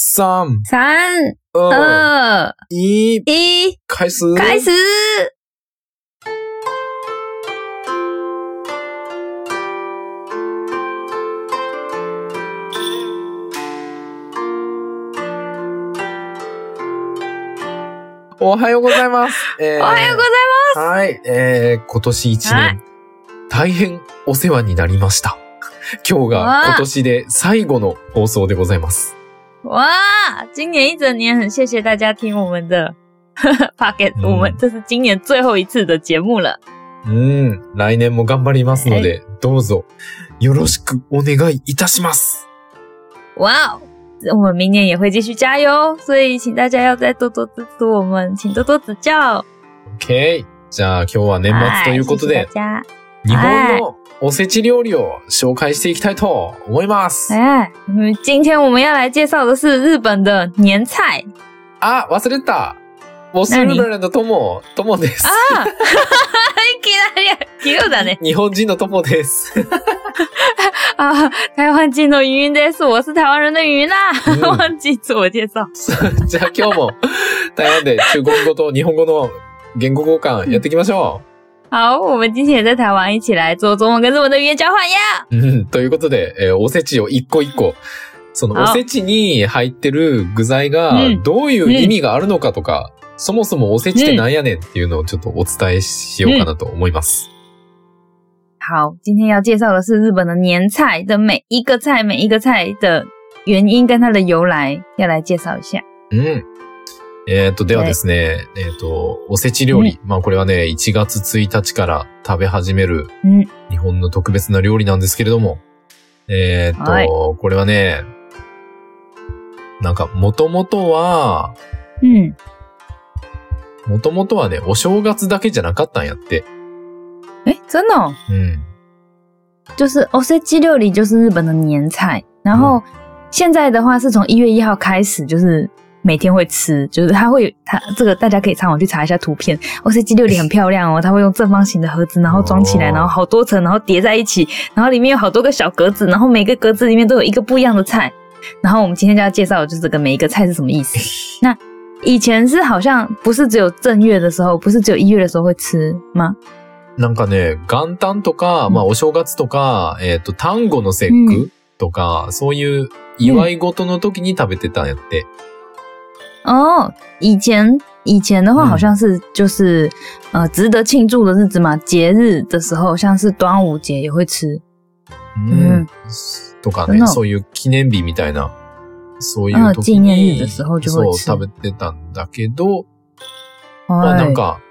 3、 3、 2、 2、 1， 1， 开始。 开始。 おはようございます。 おはようございはい。今年1 はい年、大変お世話になりました。今日が今年で最後の放送でございます。 哇，今年一整年很谢谢大家听我们的podcast，我们这是今年最后一次的节目了。 来年も頑張りますので、どうぞよろしくお願いいたします。 哇哦！我们明年也会继续加油，所以请大家要再多多支持我们，请多多指教。 OK。じゃあ今日は年末ということで、日本のおせち料理を紹介していきたいと思います。 今天我们要来介绍的是日本的年菜。 あ、忘れた。我是日本人の友です。 あいきなり器用だね。 日本人の友です。 啊，台湾人の云です。我是台湾人的云啦。忘記自我介紹。 じゃあ今日も台湾で中国語と日本語の言語交換やっていきましょう。好，我们今天也在台湾一起来做中文跟日文的语言交换呀。 ということで、おせちを一個一個、そのおせちに入ってる具材がどういう意味があるのかとか、そもそもおせちってなんやねんっていうのをちょっとお伝えしようかなと思います。 好，今天要介绍的是日本的年菜的每一个菜的原因跟它的由来，要来介紹一下。 ではですね、おせち料理。まあこれはね、1月1日から食べ始める日本の特別な料理なんですけれども、これはね、なんか元々はね、お正月だけじゃなかったんやって。 真的哦？就是おせち料理就是日本的年菜，然后现在的话是从1月1号开始，就是每天会吃，就是它这个大家可以上网去查一下图片，おせち料理很漂亮哦，它会用正方形的盒子，然后装起来，然后好多层，然后叠在一起，然后里面有好多个小格子，然后每个格子里面都有一个不一样的菜。然后我们今天就要介绍的就是这个每一个菜是什么意思。那以前是好像不是只有正月的时候，不是只有1月的时候会吃吗？ なんかね、元旦とか、まあお正月とか、端午の節句とか、そういう祝い事の時に食べてたんやって。 哦，以前的话好像是就是值得庆祝的日子嘛，节日的时候，像是端午节也会吃。 とかね、そういう記念日みたいな、そういう時に、 紀念日的时候就会吃。 そう食べてたんだけど、まあなんか、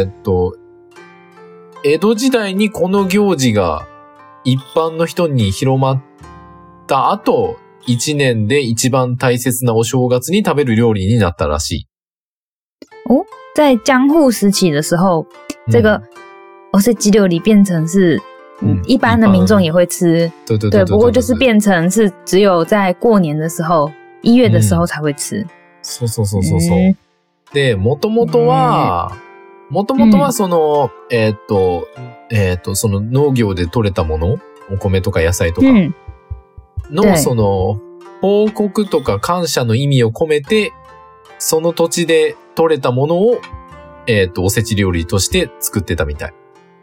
江戸時代にこの行事が一般の人に広まった後、1年で一番大切なお正月に食べる料理になったらしい。 在江户时期的时候，这个おせち料理变成是一般的民众也会吃。对，不过就是变成是只有在过年的时候1月的时候才会吃。 そう。で、元々はその、その農業で採れたもの、お米とか野菜とかの、その、報告とか感謝の意味を込めて、その土地で採れたものを、おせち料理として作ってたみたい。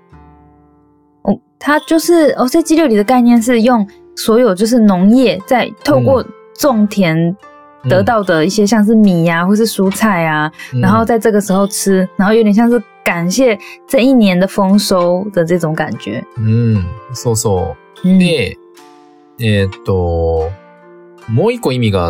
它就是おせち料理的概念是用所有就是农业在透过种田得到的一些像是米啊或是蔬菜啊，然后在这个时候吃，然后有点像是感谢这一年的丰收的这种感觉。 そうそう。で、もう一個意味があって、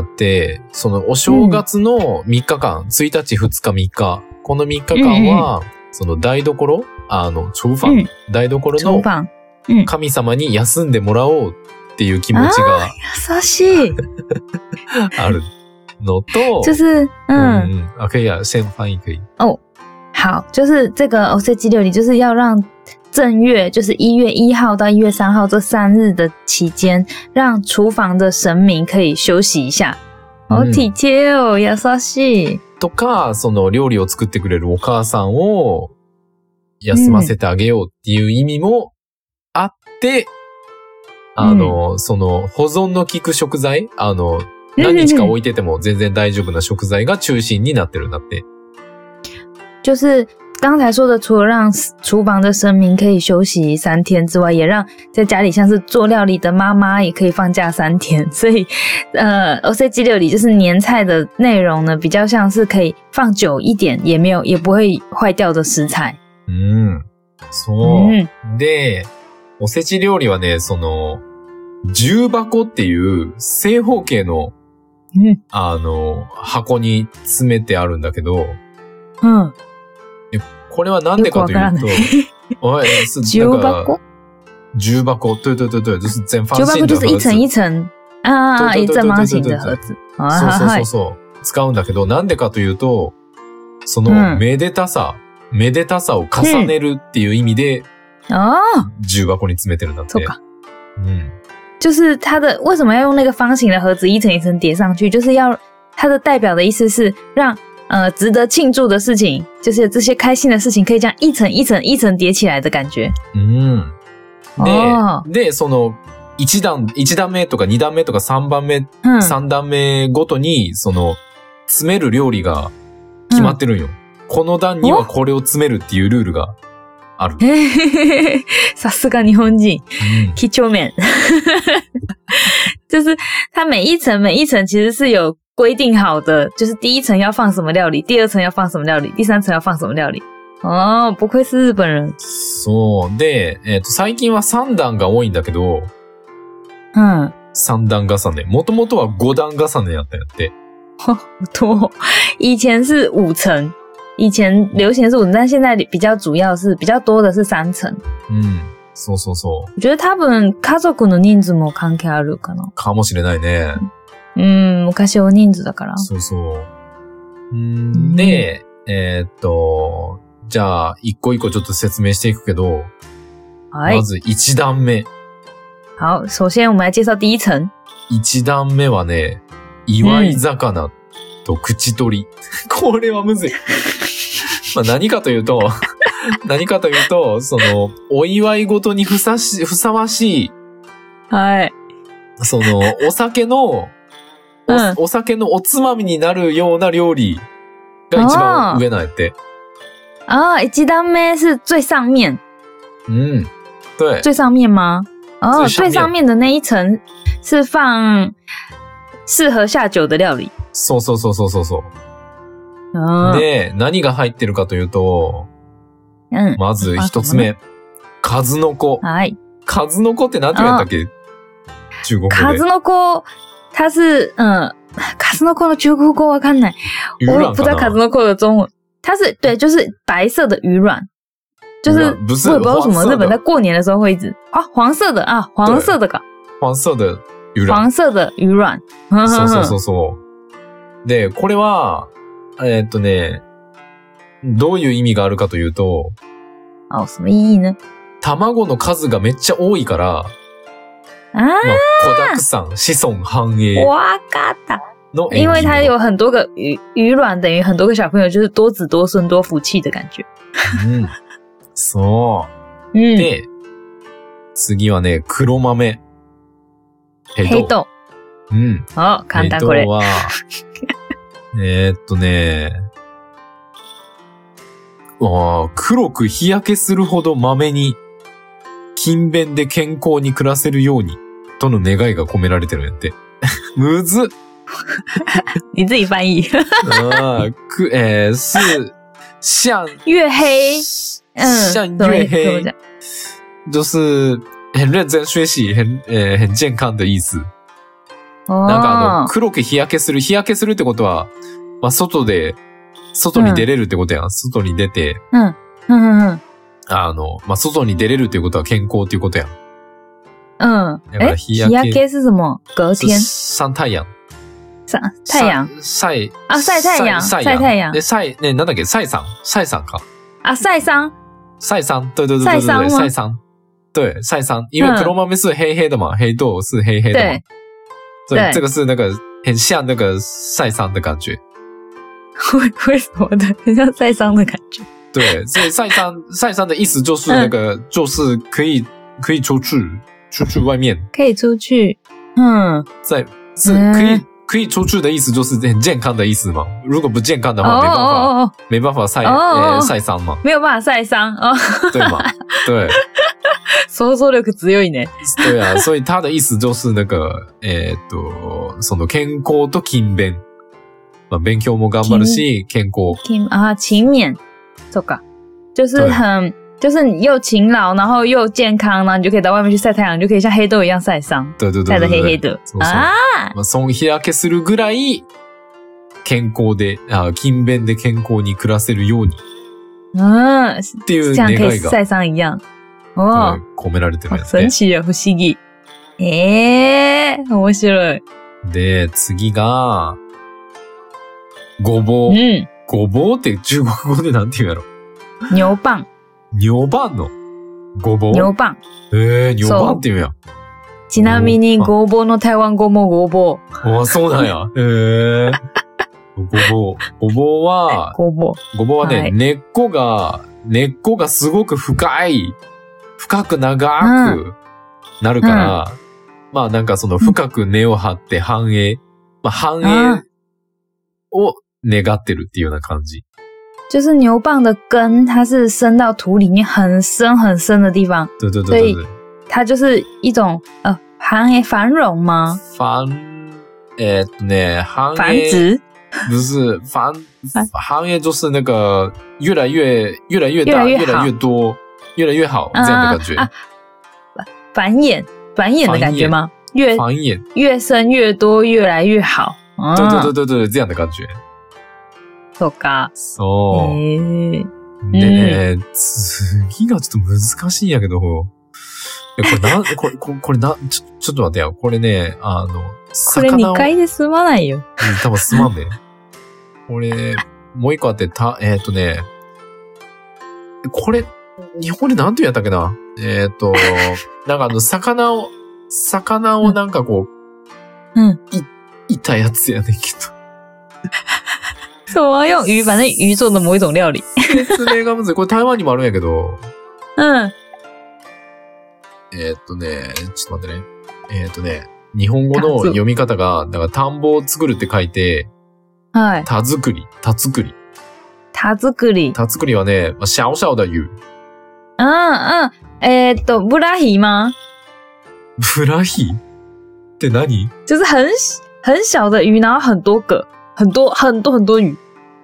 そのお正月の3日間、1日、2日、3日、この3日間は、その台所、厨房、台所の神様に休んでもらおうっていう気持ちが優しいあるのと、 就是可以啊，先翻译可以。 好，就是这个おせち料理就是要让正月，就是1月1号到1月3号这3日的期间，让厨房的神明可以休息一下。好体贴哦，優しい。 とか、その料理を作ってくれるお母さんを休ませてあげようっていう意味もあって、その保存の効く食材、 何日か置いてても全然大丈夫な食材が中心になってるんだって。 就是刚才说的，除了让厨房的神明可以休息3天之外，也让在家里像是做料理的妈妈也可以放假3天。所以おせち料理就是年菜的内容呢，比较像是可以放久一点，也不会坏掉的食材。 そう。で、おせち料理はね、重箱っていう正方形の、箱に詰めてあるんだけど、これはなんでかというと、 重箱？ 重箱，对对对对，就是正方形的盒子。重箱就是一層一層。正方形的盒子。 そう。使うんだけど、なんでかというと、めでたさを重ねるっていう意味で、重箱に詰めてるんだって。 そうか。就是它的为什么要用那个方形的盒子一层一层叠上去，就是要它的代表的意思是让值得庆祝的事情，就是这些开心的事情可以这样一层一层一層叠起来的感觉。 で、1段目とか2段目とか3段目ごとに、詰める料理が決まってるんよ。この段にはこれを詰めるっていうルールがある。 さすが日本人。几帳面。就是它每一层其实是有规定好的，就是第一层要放什么料理，第二层要放什么料理，第三层要放什么料理。不愧是日本人。 そう。で、最近は3段が多いんだけど、3段重ね。もともとは5段重ねやったんやって。 好多。以前是5層。以前流行是5層，但现在比较多的是3層。 そうそうそう。 我觉得多分家族の人数も関係あるかな。 かもしれないね。 昔大人数だから。 そうそう。で、じゃあ、一個一個ちょっと説明していくけど、まず1段目。 好，首先我们来介绍第一層。 1段目はね、祝い魚と口取り。これはむずい。何かというと、お祝い事にふさわしい、お酒の、お酒のおつまみになるような料理が一番上なんやって。 1段目是最上面。 对。 最上面吗？最上面的那一層是放適合下酒的料理。 そう。で、何が入ってるかというと、まず一つ目、数の子。数の子って何て言うんだっけ？中国語で。 数の子、它是数の子の中国語わかんない。我不知道数の子的中文。它是对，就是白色的鱼卵。就是我也不知道为什么日本在过年的时候会一直黄色的黄色的か。 黄色的鱼卵。 黄色的鱼卵。 そう。で、これは、どういう意味があるかというと、 什么意義呢？ 卵の数がめっちゃ多いから、子だくさん、子孫繁栄。 わかった。因为它有很多个鱼卵，等于很多个小朋友，就是多子多孙多福气的感觉。 そう。で、次はね、黒豆。 黑豆。簡単これ。 黑豆は、黒く日焼けするほど豆に、勤勉で健康に暮らせるように、との願いが込められてるんやって。むずっ。 你自己翻译。 是像月黑， 像月黑，就是很认真学习，很健康的意思。なんか黒く日焼けするってことは、外に出れるってことやん。外に出て、外に出れるっていうことは健康っていうことやん。だから日焼け是什么？隔天。 晒太陽。 太陽。 晒太陽。 で、なんだっけ？晒傷か。 晒傷。 晒傷，对，晒傷。对，晒傷。因为黒豆是黑黑的嘛，黑豆是黑黑的嘛。对，这个是那个很像那个晒傷的感觉。 为什么的？很像晒傷的感觉。 对，所以晒傷的意思就是那个，就是可以出去外面。 可以出去。 可以出去的意思就是很健康的意思嘛。如果不健康的话，没办法晒伤嘛。 没有办法晒伤哦。 对嘛？对。 想像力強いね。 对啊，所以他的意思就是那个その健康と勤勉。まあ勉強も頑張るし、健康。 勤勉。そうか。就是你又勤劳，然后又健康，然后你就可以到外面去晒太阳，你就可以像黑豆一样晒伤。 对对对。 晒得黑黑的。 そうそう。まあ損日焼けするぐらい健康で、勤勉で健康に暮らせるように。っていう願いが。 像可以晒伤一样。 哦。込められてるやつね。 神奇よ、不思議。面白い。 で、次が、ごぼう。ごぼうって中国語でなんて言うんやろ。 牛蒡。 牛蒡のごぼう？ 牛蒡。 牛蒡って言うんや。 ちなみにごぼうの台湾語もごぼう。そうなんや。ごぼうはね、根っこがすごく深く長くなるから、まあなんかその深く根を張って繁栄を願ってるっていうような感じ。 就是牛蒡的根，它是伸到土里面很深很深的地方。 对对对对对。 所以它就是一种繁荣吗？ 繁殖不是繁栄就是那个越来越大，越来越多，越来越好这样的感觉。 繁衍的感觉吗？ 繁衍越生越多，越来越好。 对对对对对，这样的感觉。 そうか。 そう。でね、次がちょっと難しいんやけど、これちょっと待ってよ。これね、 これ2回で済まないよ。 多分済まんね。これ、もう一個あって、これ、日本でなんて言うんやったっけな。なんか魚をなんかこう、いたやつやねんけど。 什么用鱼？反正鱼做的某一种料理。 説明がむずい。これ台湾にもあるんやけど。ちょっと待ってね。日本語の読み方が、だから田んぼを作るって書いて、 はい。 田作り。 田作りはね、小小的魚。 ブラヒ吗？ ブラヒって何？ 就是很小的鱼，然后很多个。很多鱼。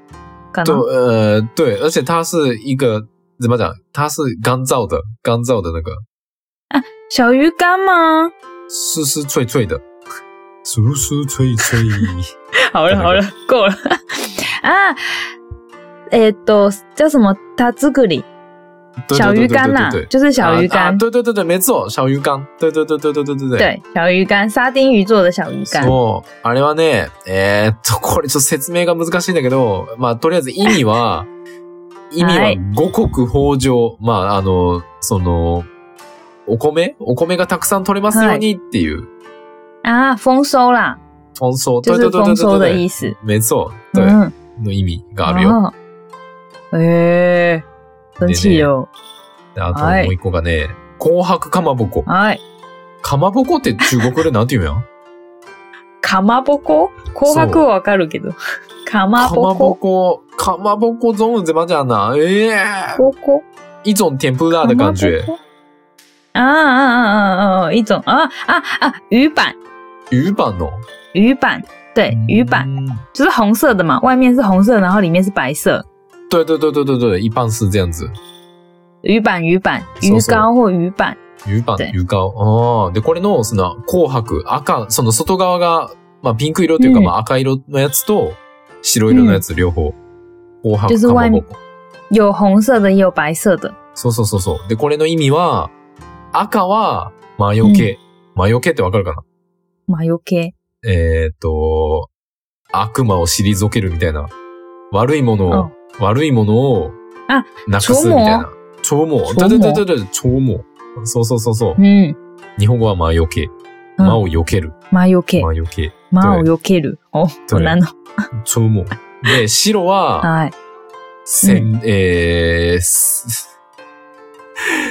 对，而且它是一个怎么讲？它是干燥的那个。 小鱼干吗？ 湿湿脆脆的，酥酥脆脆。 好了，够了。叫什么？它这个里。小鱼干呐，就是小鱼干。 对，没错，小鱼干。对。 对，小鱼干，沙丁鱼做的小魚干。 そう。あれはね、これちょっと説明が難しいんだけど、まあ、とりあえず意味は五穀豊穣。まあ、その、お米がたくさん取れますようにっていう。 丰收啦。 丰收。 就是丰收的意思。 没错。对。の意味があるよ。 神奇よ。 あともう一個がね、紅白かまぼこ。 はい。 かまぼこって中国でなんて言うんや？ かまぼこ？紅白はわかるけど。かまぼこ。 かまぼこ中文怎么讲呢？一种甜不辣的感觉。 一种鱼板。 鱼板哦。 鱼板，对，鱼板就是红色的嘛，外面是红色，然后里面是白色。 对，一般是这样子。 魚板、魚糕或魚板。 魚糕。で、これの、その、紅白、赤、その外側が、まあ、ピンク色というか、まあ、赤色のやつと、白色のやつ、両方。紅白かまぼこ。 有紅色的、也有白色的。 そう。で、これの意味は、赤は、魔除け。魔除けってわかるかな？ 魔除け。 悪魔を退けるみたいな。悪いものを、なくすみたいな。超魔。对，超魔。そう。日本語は魔除け。魔を避ける。 魔除け。魔を避ける。なの。 超魔。で、白は、正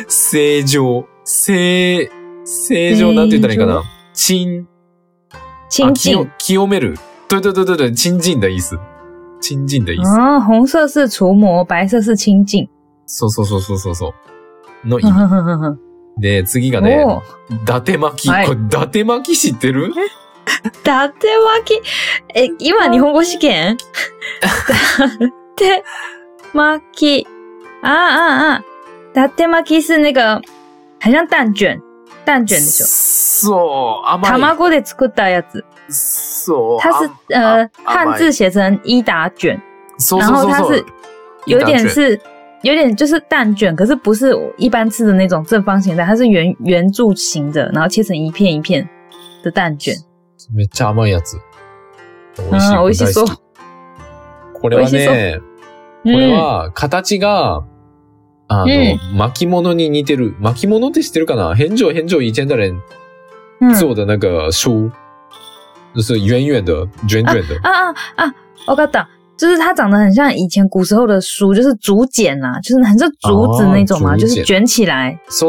常。正常なんて言ったらいいかな。 清净。 清める。对，清净的意思。清净的意思。 红色是除魔，白色是清净。 そう。の意味。で、次がね、伊達巻き。これ、伊達巻き知ってる？ 伊達巻き。今日本語試験？伊達巻き。伊達巻き是那个很像蛋卷でしょ。 そう、甘い。 卵で作ったやつ。 そう。 它是汉字写成伊达卷。 然后它是有点就是蛋卷，可是不是一般吃的那种正方形的，它是圆柱形的，然后切成一片一片的蛋卷。 めっちゃ甘いやつ。 美味しそう。 これはね、これは形が、巻物に似てる。巻物って知ってるかな？很久以前的人做的那个书，就是圆圆的、卷的。 我知道。就是它长得很像以前古时候的书，就是竹简啊，就是很像竹子那种嘛，就是卷起来。 そう，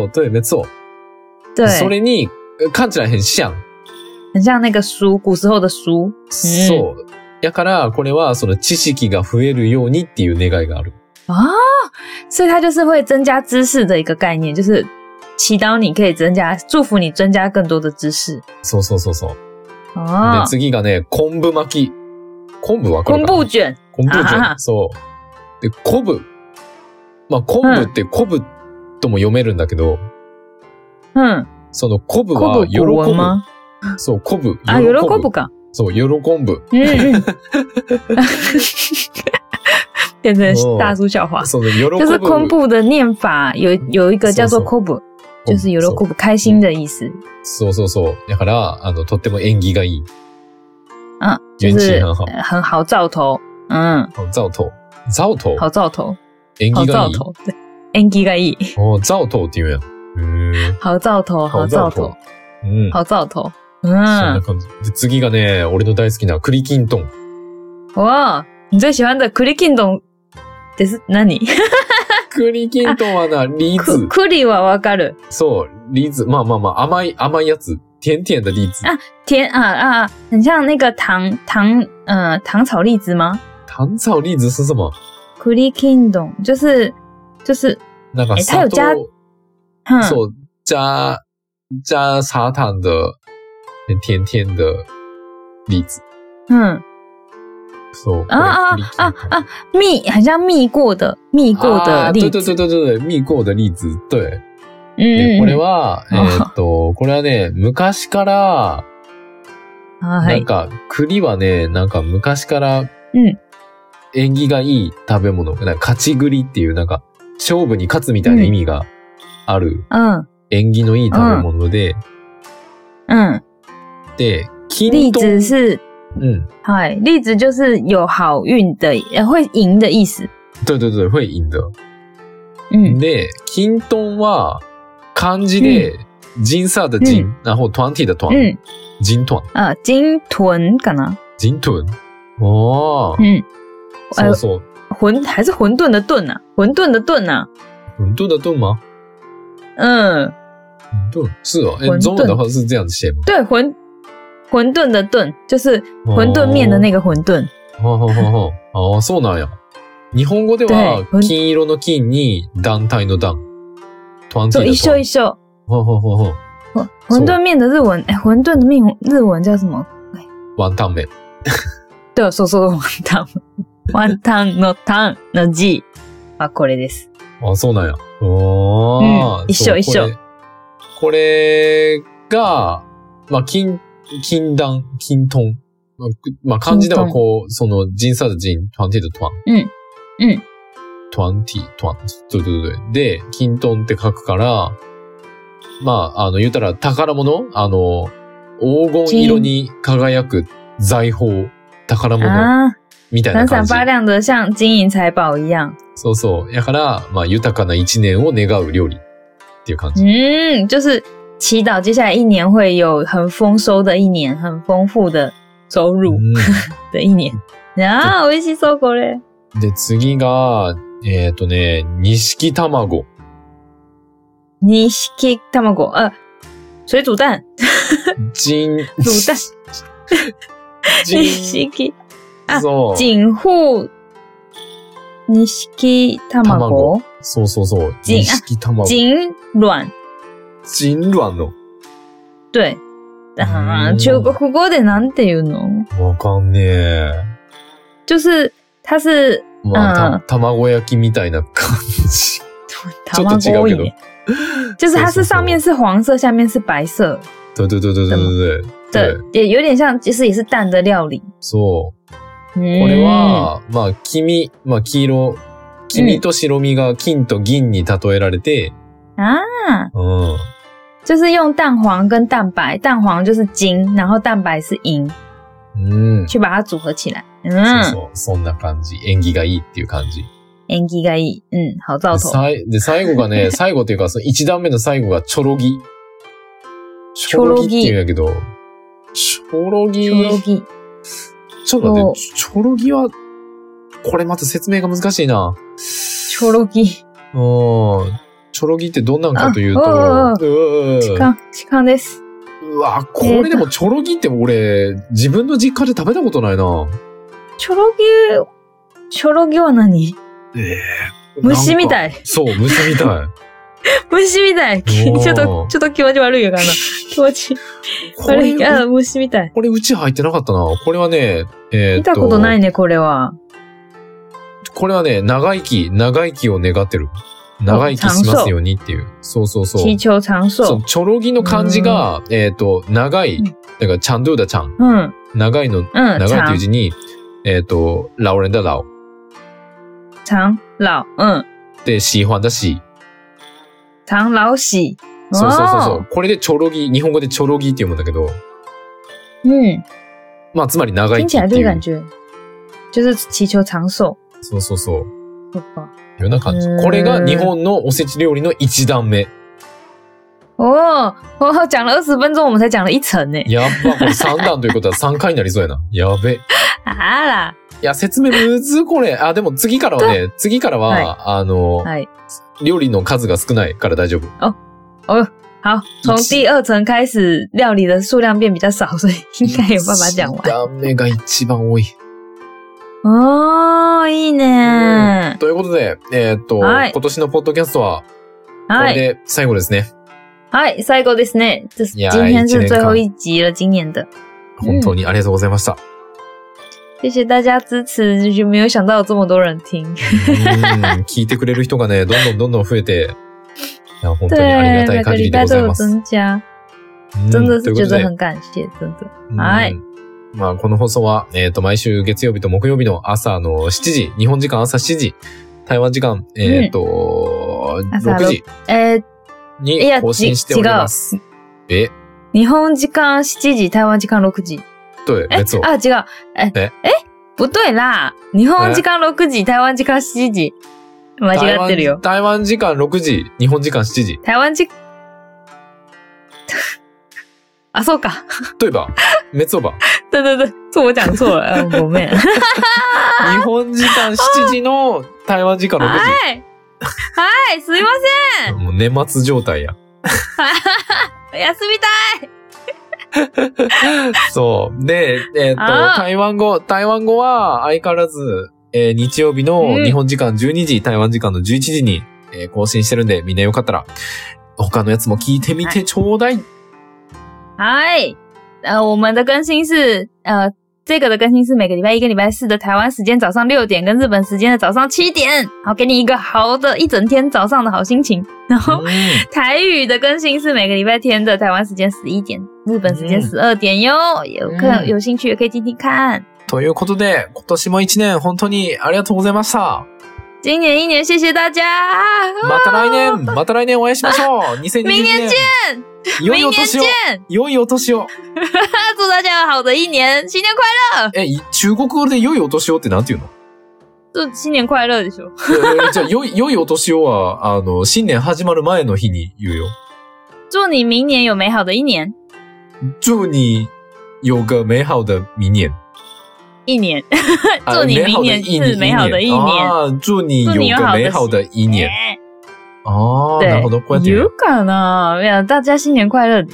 对，没错。 对。 それに看起来很像那个书，古时候的书。 そう。だからこれはその知識が増えるようにっていう願いがある。 所以它就是会增加知識的一个概念，就是祈祷你可以祝福你增加更多的知識。 そう。で、次がね、昆布巻き。昆布わかるかな？ 昆布卷。 そう。で、昆布。まあ、昆布って昆布とも読めるんだけど、その昆布は喜ぶ。そう、昆布。 喜ぶか。 そう、喜ぶ。 变成大叔笑话。就是昆布的念法有一个叫做昆布，就是喜ぶ、開心的意思。 そう。だから、とっても縁起がいい。 就是很好兆頭。 好兆頭。 好兆頭。 縁起がいい。 对。縁起がいい。 兆頭って言うんや。 好兆頭。好兆頭。 そんな感じ。で、次がね、俺の大好きな栗きんとん。 你最喜欢的栗きんとんです何？ 栗きんとんはな、栗子。 栗はわかる。 そう、栗子。まあ、甘いやつ。甜甜的栗子。 很像那个糖炒栗子吗？ 糖炒栗子是什么？ 栗きんとん就是那个它有加そう加砂糖的甜甜的栗子。そう很像蜜过的栗子。 对，蜜过的栗子。对。これはこれはね、昔から、なんか、栗はね、なんか昔から、縁起がいい食べ物。なんか勝ち栗っていう、なんか、勝負に勝つみたいな意味がある。縁起のいい食べ物で。で、 栗子是、栗子就是有好运的、会赢的意思。 对，会赢的。で、きんとんは、漢字で、金色的金，然后团体的团，金团。 金豚かな？ 金豚。そう。 还是馄饨的炖啊？馄饨的炖啊？ 馄饨的炖吗？馄饨是哦，中文的话是这样写吗？ 对，馄饨的炖就是馄饨面的那个馄饨。 そうなんや。日本語では金色の金に団体の団。 一緒。馄饨面的日文，馄饨的面日文叫什么？ ワンタン麺。 对，そうワンタン。ワンタンのタンの字はこれです。 そうなんや。 一緒。 これが、まあ、金団、金豚。まあ、漢字ではこう、その、金色的金、团体的团。团体。对。で、金豚って書くから、まあ、言ったら宝物？黄金色に輝く財宝、宝物みたいな感じ。 闪闪发亮的像金银财宝一样。 そう。だから、まあ、豊かな一年を願う料理っていう感じ。 就是祈祷接下来一年会有很丰收的一年，很丰富的收入的一年。美味しそうこれ。 で、次が、錦卵。 錦卵。水煮蛋。 金卤蛋。 金あ、 そう。 锦户錦卵。 そうそうそう。 錦卵。 锦卵。 锦卵の。 对。中国語でなんて言うの？ わかんねえ。 就是它是まあ、卵焼きみたいな感じ。ちょっと違うけど。 就是它是上面是黄色，下面是白色。 对对对对对对对。也有点像，其实也是蛋的料理。 そう。これは、まあ、黄色、黄身と白身が金と銀に例えられて、 就是用蛋黄跟蛋白，蛋黄就是金，然后蛋白是银，去把它组合起来。 そうそう、そんな感じ。縁起がいいっていう感じ。 縁起がいい。好兆頭。 で、最後がね、最後っていうか、その一段目の最後がチョロギ。 チョロギって言うんやけど、チョロギ。ちょっと待って、チョロギは、これまた説明が難しいな。 チョロギ。 チョロギってどんなんかというと、 時間です。 うわ、これでもチョロギって俺、自分の実家で食べたことないな。 チョロギは何？虫みたい。 そう、虫みたい。 虫みたい。ちょっと気持ち悪いよかな。気持ち悪い。虫みたい。 これうち入ってなかったな。これはね、 見たことないね、これは。 これはね、長生きを願ってる。長生きしますようにっていう。そうそうそう。 祈求長寿。 そう、チョロギの漢字が、長い。だから、チャンドゥだチャン。長いの、長いっていう字に、老人的老。 長老。 で、喜欢的喜。 長老喜。 そうそうそうそう。これでチョロギ、日本語でチョロギって読むんだけど。まあ、つまり長生きっていう。 听起来就是祈求長寿。 そうそうそう。 そっか。 ような感じ。これが日本のおせち料理の一段目。 講了20分鐘我們才講了一層ね。 やっぱ、これ3段ということは3回になりそうやな。やべ。 あら。 いや、説明むずこれ。でも次からは、料理の数が少ないから大丈夫。 好，從第二層開始，料理的數量變比較少，所以應該有辦法講完。 1段目が一番多い。 いいね。 ということで、今年のポッドキャストは、これで最後ですね。はい、 最後ですね。今天是最後一集了，今年的。 本当にありがとうございました。 謝謝大家支持，就是沒有想到有這麼多人聽。 聞いてくれる人がね、どんどん増えて、いや、本當にありがたい限りでございます。 增加。真的是覺得很感謝，真的。はい。 まあ、この放送は、毎週月曜日と木曜日の朝の7時、日本時間朝7時、台湾時間、6時に更新しております。 日本時間7時、台湾時間6時。 对，没错。 違う。不对啦。日本時間6時、台湾時間7時。間違ってるよ。 台湾時間6時、日本時間7時。 台湾時そうか。 对吧？没错吧？ 对，这我講錯了。ごめん。 日本時間7時の台湾時間6時。 はい、すいません。 もう年末状態や。 休みたい。 そう。で、台湾語は相変わらず、日曜日の日本時間12時、台湾時間の11時に、更新してるんで、みんなよかったら、他のやつも聞いてみてちょうだい。 はい。我们的更新是，这个的更新是每个礼拜1跟礼拜4的台湾时间早上6点，跟日本时间的早上7点，好，给你一个好的一整天早上的好心情。然后台语的更新是每个礼拜天的台湾时间11点，日本时间12点哟。有興趣也可以聽聽看。 ということで、今年も1年本当にありがとうございました。 今年1年謝謝大家。 また来年お会いしましょう。2020年。 明年見。 良いお年を。良いお年を。 祝大家有好的一年，新年快樂。 中国語で良いお年をってなんて言うの？ 新年快樂でしょ。 じゃあ、良いお年をは、新年始まる前の日に言うよ。 祝你明年有美好的一年。 祝你有個美好的明年。 一年。祝你明年是美好的一年。 祝你有個美好的一年。なるほど。こうやって言うかないや、大家新年快樂。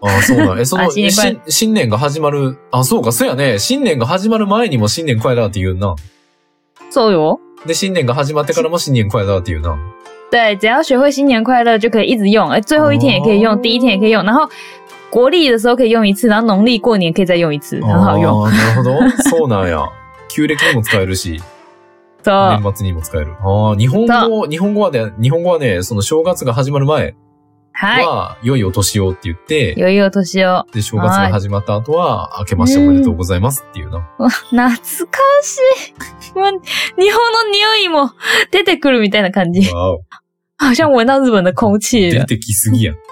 あ、そうなん。その、新年が始まる、あ、そうか、そうやね。新年が始まる前にも新年快乐って言うな。 そうよ。 で、新年が始まってからも新年快乐って言うな。 对，只要学会新年快乐就可以一直用，最后一天也可以用，第一天也可以用，然后国历的时候可以用一次，然后农历过年可以再用一次，很好用。 ああ、なるほど。そうなんや。旧暦にも使えるし。年末にも使える。ああ、日本語はね、その正月が始まる前は、良いお年をって言って、 良いお年を。 で、正月が始まった後は、明けましておめでとうございますっていうな。 懐かしい。もう日本の匂いも出てくるみたいな感じ。好像闻到日本的空气了。 出てきすぎやん。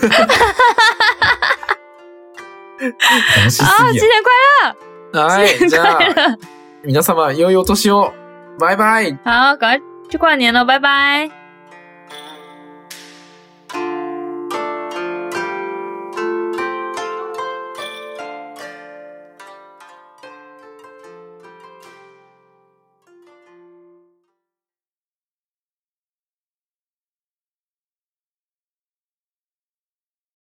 楽しすぎやん。 あ、新年快乐！ はい、じゃあ、皆様、良いお年を。拜拜。 好，赶快去跨年了，拜拜。